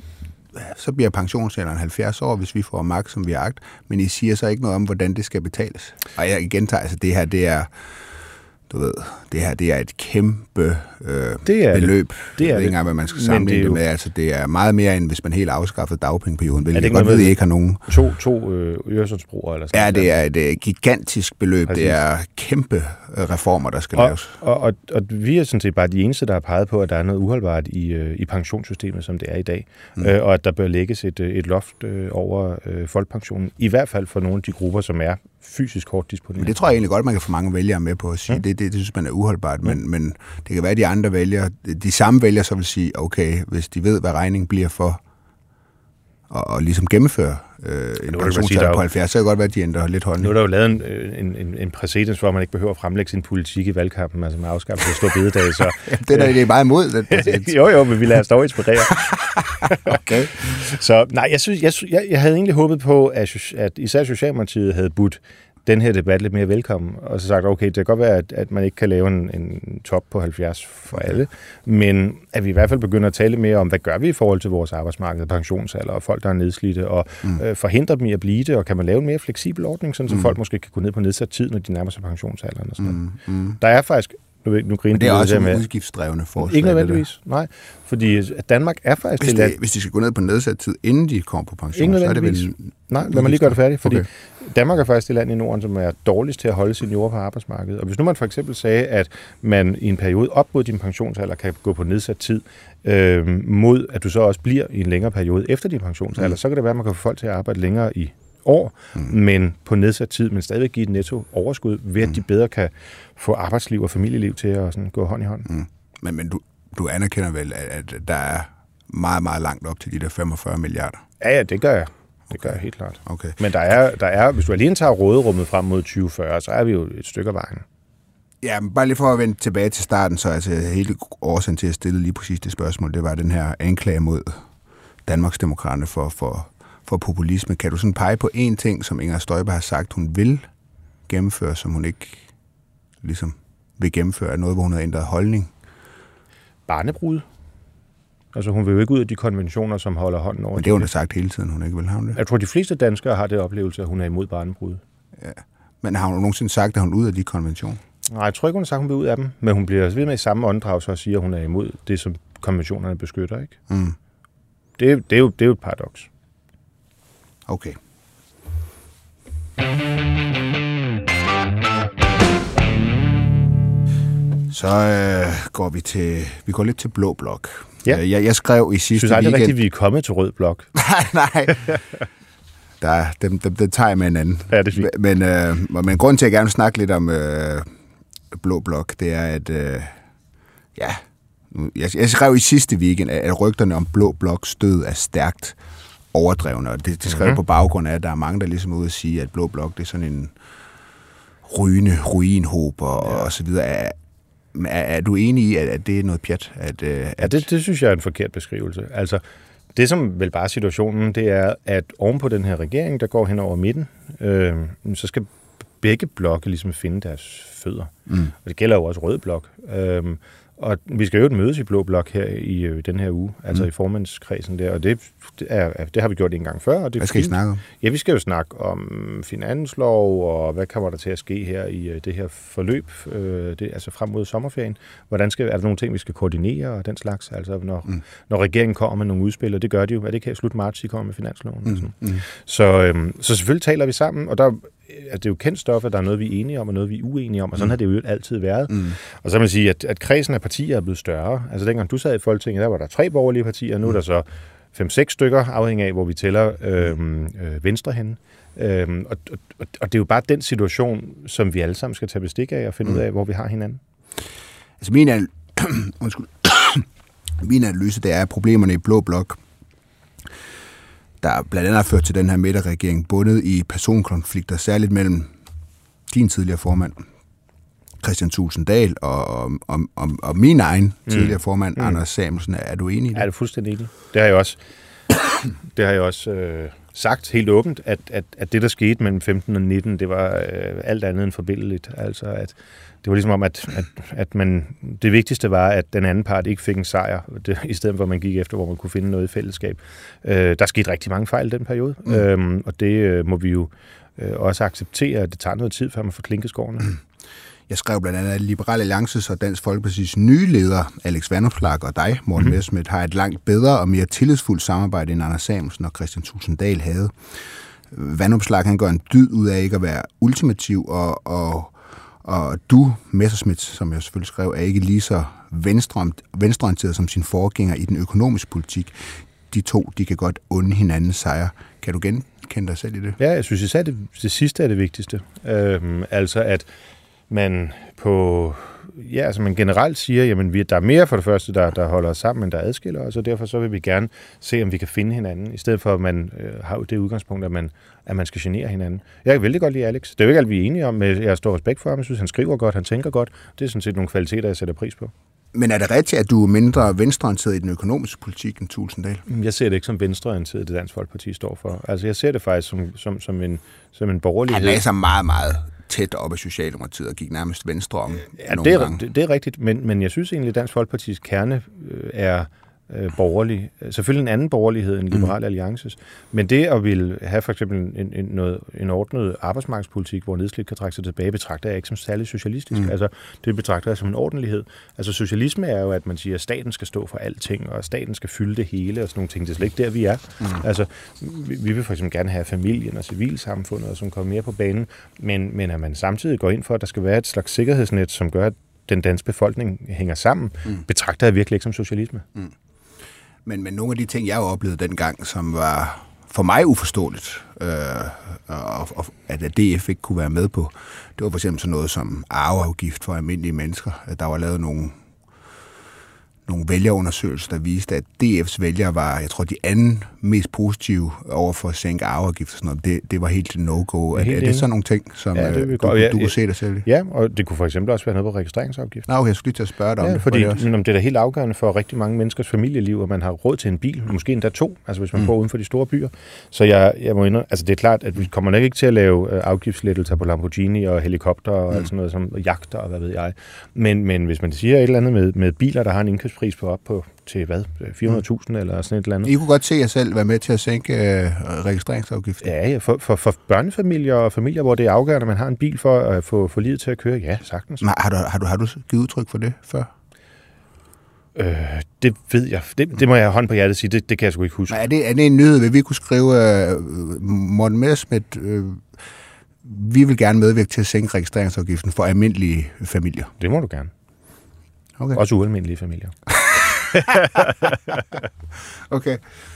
så bliver pensionsalderen halvfjerds år, hvis vi får magt, som vi har agt, men I siger så ikke noget om, hvordan det skal betales. Og jeg gentager, altså det her, det er, du ved, det her, det er et kæmpe øh, det er beløb. Det, det er jeg ved ikke engang, hvad man skal sammenligne det, det med. Altså det er meget mere, end hvis man helt afskaffede dagpengeperioden. Vil jeg godt ved, at I ikke har nogen... To, to øh, Øresundsbroer eller sådan. Ja, det er et øh, gigantisk beløb. Præcis. Det er kæmpe øh, reformer, der skal og, laves. Og, og, og vi er sådan set bare de eneste, der har peget på, at der er noget uholdbart i, øh, i pensionssystemet, som det er i dag. Mm. Øh, og at der bør lægges et, et loft øh, over øh, folkepensionen. I hvert fald for nogle af de grupper, som er fysisk hårdt disponeret. Det tror jeg egentlig godt, man kan få mange vælgere med på at sige. Mm. Det, det, det synes man er uholdbart, mm. men, men det kan være, at de andre vælgere, de samme vælgere så vil sige, okay, hvis de ved, hvad regningen bliver for og, og ligesom gennemføre øh, en pensionsalder på halvfjerds, så kan det godt være, at de ændrer lidt holdning. Nu er der jo lavet en, en, en, en præcedens, hvor man ikke behøver at fremlægge sin politik i valgkampen, altså med afskaffelse af stor bededag. Så, det er da det er meget imod, den præcedens. jo, jo, men vi lader os dog inspirere. Okay. Så nej, jeg, synes, jeg, jeg, jeg havde egentlig håbet på, at, at især Socialdemokratiet havde budt den her debat lidt mere velkommen, og så sagt, okay, det kan godt være, at, at man ikke kan lave en, en top på halvfjerds for alle, men at vi i hvert fald begynder at tale mere om, hvad gør vi i forhold til vores arbejdsmarked, pensionsalder og folk, der er nedslidte, og mm. øh, forhindre dem i at blive det, og kan man lave en mere fleksibel ordning, sådan, så mm. folk måske kan gå ned på nedsat tid, når de nærmer sig pensionsalderen og sådan mm. Mm. Der er faktisk Nu, nu Men det er også en udgiftsdrevne forslag. Ikke nødvendigvis, nej. Fordi Danmark er faktisk hvis, det, hvis de skal gå ned på nedsat tid, inden de kommer på pension, så er det vel... Nej, lad mig lige gøre det færdigt, fordi okay. Danmark er faktisk det land i Norden, som er dårligst til at holde seniorer på arbejdsmarkedet. Og hvis nu man for eksempel sagde, at man i en periode op mod din pensionsalder kan gå på nedsat tid, øh, mod at du så også bliver i en længere periode efter din pensionsalder, mm. så kan det være, at man kan få folk til at arbejde længere i år, mm. men på nedsat tid, men stadigvæk give et netto overskud, ved at mm. de bedre kan få arbejdsliv og familieliv til at sådan gå hånd i hånd. Mm. Men, men du, du anerkender vel, at, at der er meget, meget langt op til de der femogfyrre milliarder? Ja, ja, det gør jeg. Det okay. gør jeg helt klart. Okay. Men der er, der er, hvis du alene tager råderummet frem mod tyve fyrre, så er vi jo et stykke af vejen. Ja, men bare lige for at vende tilbage til starten, så altså hele årsagen til at stille lige præcis det spørgsmål, det var den her anklage mod Danmarksdemokraterne for, for for populisme. Kan du sådan pege på én ting, som Inger Støjberg har sagt, hun vil gennemføre, som hun ikke ligesom vil gennemføre? Noget, hvor hun har ændret holdning? Barnebrud. Altså hun vil jo ikke ud af de konventioner, som holder hånden over. Men det har hun da sagt hele tiden, hun ikke vil have det. Jeg tror, de fleste danskere har det oplevelse, at hun er imod barnebrud. Ja. Men har hun nogensinde sagt, at hun er ud af de konventioner? Nej, jeg tror ikke, hun har sagt, at hun vil ud af dem. Men hun bliver ved med i samme åndedrag, så siger, at hun er imod det, som konventionerne beskytter, ikke? Mm. Det, det, er jo, det er jo et paradoks. Okay. Så øh, går vi til vi går lidt til blå blok. Ja. Jeg, jeg skrev i sidste weekend... Synes aldrig rigtigt, vi er kommet til rød blok. nej, nej. Der, dem, dem, dem tager jeg med en anden. Ja, det er fint. Men, øh, men grunden til, at jeg gerne vil snakke lidt om øh, blå blok, det er, at øh, ja, jeg, jeg skrev i sidste weekend, at rygterne om blå bloks død er stærkt overdrevne, og det, det skrev mm-hmm. på baggrund af, at der er mange, der ligesom er ude at sige, at blå blok, det er sådan en rygende ruinhob og, ja. og så videre. Er, er, er du enig i, at, at det er noget pjat? At, øh, at... Ja, det, det synes jeg er en forkert beskrivelse. Altså, det som vel bare situationen, det er, at oven på den her regering, der går hen over midten, øh, så skal begge blokke ligesom finde deres fødder. Mm. Og det gælder jo også rød blok. Øh, og vi skal jo mødes i blå blok her i øh, den her uge, altså mm. i formandskredsen der, og det, det, er, det har vi gjort en gang før. Og det hvad skal I snakke om? Ja, vi skal jo snakke om finanslov, og hvad kommer der til at ske her i øh, det her forløb, øh, det, altså frem mod sommerferien. Hvordan skal, er der nogle ting, vi skal koordinere og den slags, altså når, mm. når regeringen kommer med nogle udspil, og det gør de jo, er det ikke her slut marts, de kommer med finansloven? Mm. Og sådan. Mm. Så, øh, så selvfølgelig taler vi sammen, og der at det er jo kendt stof, at der er noget, vi er enige om, og noget, vi er uenige om, og sådan mm. har det jo altid været. Mm. Og så kan man sige, at, at kredsen af partier er blevet større. Altså dengang du sad i Folketinget, der var der tre borgerlige partier, nu mm. er der så fem-seks stykker, afhængig af, hvor vi tæller øhm, øh, venstre henne. Øhm, og, og, og det er jo bare den situation, som vi alle sammen skal tage bestik af og finde mm. ud af, hvor vi har hinanden. Altså min, al- min analyse, det er, at problemerne i blå blok, der blandt andet har ført til den her midterregering, bundet i personkonflikter, særligt mellem din tidligere formand, Kristian Thulesen Dahl, og, og, og, og min egen mm. tidligere formand, mm. Anders Samuelsen. Er du enig i det? Ja, det er fuldstændig enig. Det har jeg også, det har jeg også øh, sagt helt åbent, at, at, at det, der skete mellem femten og nitten, det var øh, alt andet end forbilledeligt. Altså, at det var ligesom om, at, at, at man, det vigtigste var, at den anden part ikke fik en sejr, det, i stedet for, at man gik efter, hvor man kunne finde noget i fællesskab. Øh, der skete rigtig mange fejl i den periode, mm. øhm, og det øh, må vi jo øh, også acceptere, at det tager noget tid, før man får klinket skårene. Mm. Jeg skrev blandt andet, at Liberal Alliances og Dansk Folkepartis nye leder, Alex Vanopslagh, og dig, Morten mm-hmm. Messerschmidt, har et langt bedre og mere tillidsfuldt samarbejde, end Anders Samuelsen og Kristian Thulesen Dahl havde. Vanopslagh, han gør en dyd ud af ikke at være ultimativ, og, og, og du, Messerschmidt, som jeg selvfølgelig skrev, er ikke lige så venstreorienteret som sin forgænger i den økonomiske politik. De to, de kan godt unde hinanden sejre. Kan du genkende dig selv i det? Ja, jeg synes især, det, det sidste er det vigtigste. Øhm, altså at man på ja, altså man generelt siger, jamen vi, der er mere for det første, der, der holder os sammen, end der adskiller os, og derfor så vil vi gerne se, om vi kan finde hinanden, i stedet for at man øh, har det udgangspunkt, at man, at man skal genere hinanden. Jeg kan vældig godt lide Alex. Det er jo ikke alt, vi er enige om, men jeg har stor respekt for ham. Jeg synes, han skriver godt, han tænker godt. Det er sådan set nogle kvaliteter, jeg sætter pris på. Men er det rigtigt, at du er mindre venstreorienteret i den økonomiske politik end Thulesen Dahl? Jeg ser det ikke som venstreorienteret, det Dansk Folkeparti står for. Altså jeg ser det faktisk som, som, som, en, som en borgerlighed. Han er så meget, meget tæt op af Socialdemokratiet og gik nærmest venstre om ja, nogle det er, gange. Det, det er rigtigt, men, men jeg synes egentlig, at Dansk Folkepartis kerne øh, er øh, borgerlig. Selvfølgelig en anden borgerlighed end Liberal Alliances. Men det at ville have for eksempel en, en, noget, en ordnet arbejdsmarkedspolitik, hvor nedslidt kan trække sig tilbage, betragter jeg ikke som særlig socialistisk. Mm. Altså, det betragter jeg som en ordentlighed. Altså socialisme er jo, at man siger, at staten skal stå for alting, og staten skal fylde det hele og sådan nogle ting. Det er slet ikke der, vi er. Mm. Altså, vi, vi vil for eksempel gerne have familien og civilsamfundet, som kommer mere på banen, men, men at man samtidig går ind for, at der skal være et slags sikkerhedsnet, som gør, at den danske befolkning hænger sammen, mm. betragter jeg virkelig ikke som socialisme. Mm. Men, men nogle af de ting, jeg oplevede dengang, som var for mig uforståeligt, øh, og, og at D F ikke kunne være med på, det var for eksempel sådan noget som arveafgift for almindelige mennesker. Der var lavet nogle, nogle vælgerundersøgelser, der viste, at D F's vælgere var, jeg tror, de anden mest positive over for at sænke arveafgift. Sådan noget. Det, det var helt no-go. Er, er det sådan nogle ting, som ja, det du, du, ja, du kunne se dig selv i? Ja, og det kunne for eksempel også være noget på registreringsafgift. Nå, okay, jeg skulle lige til at spørge dig ja, om det. Fordi det, det er da helt afgørende for rigtig mange menneskers familieliv, at man har råd til en bil, måske endda to, altså hvis man mm. bor uden for de store byer. Så jeg, jeg må indre, altså det er klart, at vi kommer nok ikke til at lave afgiftslettelser på Lamborghini og helikopter og mm. sådan noget som jagter og hvad ved jeg. Men, men hvis man siger et eller andet med, med biler, der har en indkøbspris på op på til hvad? fire hundrede tusind mm. eller sådan et eller andet. I kunne godt se jer selv være med til at sænke øh, registreringsafgiften. Ja, for, for, for børnefamilier og familier, hvor det er afgørende, at man har en bil for at få, få livet til at køre. Ja, sagtens. Men har, du, har, du, har du givet udtryk for det før? Øh, det ved jeg. Det, det må jeg have hånd på hjertet sige. Det, det kan jeg sgu ikke huske. Nej, er, det, er det en nyhed, vil vi kunne skrive uh, Morten Messerschmidt uh, vi vil gerne medvirke til at sænke registreringsafgiften for almindelige familier. Det må du gerne. Okay. Også ualmindelige familier. Okay.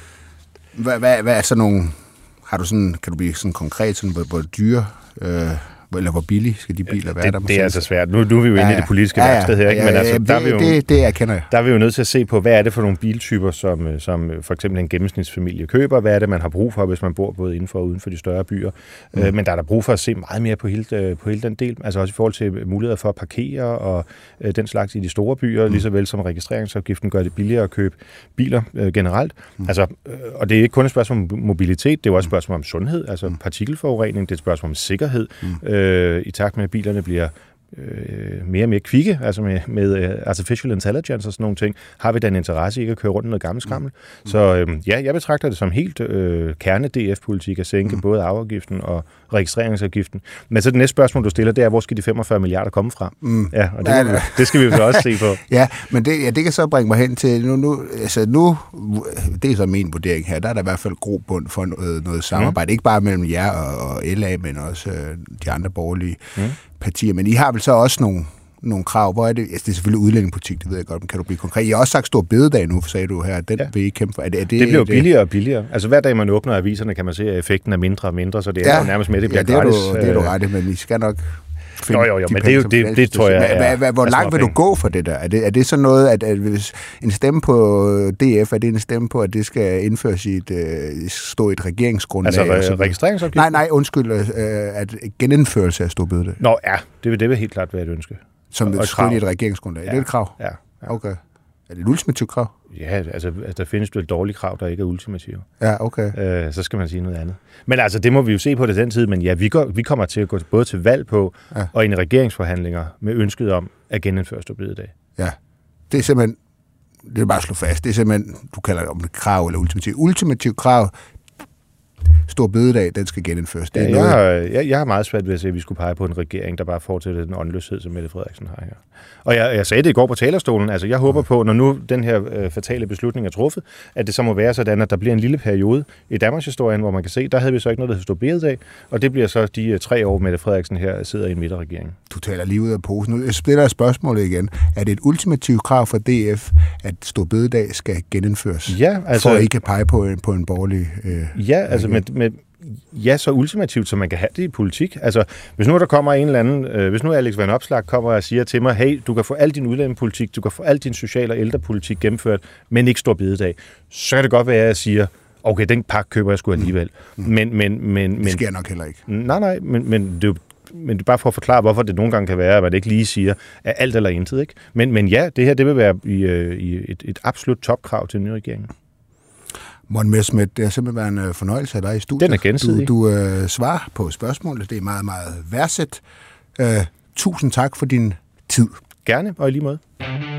Hvad, hvad, hvad er så nogle... Har du sådan, kan du blive sådan konkret, sådan, hvor, hvor dyre... Øh, eller hvor billige skal de biler være det, der? Det er altså svært. Nu, nu er vi jo ja, inde i det politiske ja, ja, værksted her, ikke? Ja, Men altså, det, der er vi jo, det, det erkender jeg. Der er vi jo nødt til at se på, hvad er det for nogle biltyper, som, som for eksempel en gennemsnitsfamilie køber, hvad er det, man har brug for, hvis man bor både inden for og uden for de større byer. Mm. Øh, men der er der brug for at se meget mere på hele, på hele den del, altså også i forhold til muligheder for at parkere og øh, den slags i de store byer, mm. lige så vel som registreringsafgiften gør det billigere at købe biler øh, generelt. Mm. Altså, øh, og det er ikke kun et spørgsmål om mobilitet, det er jo også et spørgsmål om sundhed, altså mm. partikelforurening, det er et spørgsmål om sikkerhed, mm. øh, i takt med at bilerne bliver øh, mere og mere kvikke, altså med, med uh, artificial intelligence og sådan nogle ting, har vi da en interesse i ikke at køre rundt med noget gammelt skrammel. Mm. Så øh, ja, jeg betragter det som helt øh, kerne-D F-politik at sænke mm. både arveafgiften og registreringsafgiften. Men så det næste spørgsmål, du stiller, det er, hvor skal de femogfyrre milliarder komme fra? Mm. Ja, og det, ja, det. det skal vi jo også se på. Ja, men det, ja, det kan så bringe mig hen til, nu, nu, altså nu, det er så min vurdering her, der er der i hvert fald grobund for noget, noget samarbejde, mm. ikke bare mellem jer og, og L A, men også øh, de andre borgerlige mm. partier. Men I har vel så også nogle, nogle krav. Hvor er det? Altså, det er selvfølgelig udlændingepolitik, det ved jeg godt, men kan du blive konkret? I har også sagt stor bededag nu, sagde du her. Den ja. vil I kæmpe for. Er det, er det, det bliver jo billigere og billigere. Altså hver dag man åbner aviserne, kan man se, at effekten er mindre og mindre, så det er ja. jo nærmest med, det bliver ja, det gratis. Ja, det er du ret i, men I skal nok... Jo, jo, jo, men det er jo det, det tror jeg er... Hvor, hvor langt vil du gå for det der? Er det, er det så noget, at, at hvis en stemme på D F, er det en stemme på, at det skal indføres i et, uh, stå i et regeringsgrundlag? Altså registreringsafgift? Nej, nej, undskyld, uh, at genindførelse af store bededag. Nå ja, det vil, det vil helt klart være et ønske. Som et skridt i et regeringsgrundlag. Ja. Er det et krav? Ja. ja. Okay. Er det et ultimativt krav? Ja, altså der findes jo et dårligt krav, der ikke er ultimativt. Ja, okay. Øh, så skal man sige noget andet. Men altså, det må vi jo se på det den tid, men ja, vi, går, vi kommer til at gå både til valg på, ja. og ind i regeringsforhandlinger med ønsket om at genindføre store bededag. Ja, det er simpelthen, det er bare at slå fast, det er simpelthen, du kalder det om et krav eller ultimativt. Ultimativt krav, stor bededag, den skal genindføres. Det er ja, noget... jeg, har, jeg, jeg har meget svært ved at se, at vi skulle pege på en regering, der bare fortsætter den åndløshed, som Mette Frederiksen har her. Og jeg, jeg sagde det i går på talerstolen, altså jeg håber på, når nu den her øh, fatale beslutning er truffet, at det så må være sådan, at der bliver en lille periode i Danmarks historien, hvor man kan se, der havde vi så ikke noget, der hedder stor bededag, og det bliver så de øh, tre år, Mette Frederiksen her sidder i en midterregering. Du taler lige ud af posen. Nu stiller jeg spørgsmålet igen. Er det et ultimativt krav for D F, at stor bededag skal genindføres? Ja, altså... For at I kan pege på en, på en borgerlig... Øh, ja, altså med, med Ja, så ultimativt, som man kan have det i politik. Altså, hvis nu der kommer en eller anden, øh, hvis nu Alex Van Opslark kommer og siger til mig, hey, du kan få al din udlændingepolitik, du kan få al din social- og ældrepolitik gennemført, men ikke stor bededag, så kan det godt være, at jeg siger, okay, den pakke køber jeg sgu alligevel. Mm. Men, men, men, det sker nok heller ikke. Nej, nej, men, men det er jo men det er bare for at forklare, hvorfor det nogle gange kan være, at man ikke lige siger, at alt eller intet, ikke? Men, men ja, det her, det vil være i, i et, et absolut topkrav til den nye regering. Morten Messerschmidt, det har simpelthen været en fornøjelse af dig i studiet. Den er gensidig. Du, du øh, svarer på spørgsmålet. Det er meget, meget værdsat. Øh, tusind tak for din tid. Gerne, og i lige måde.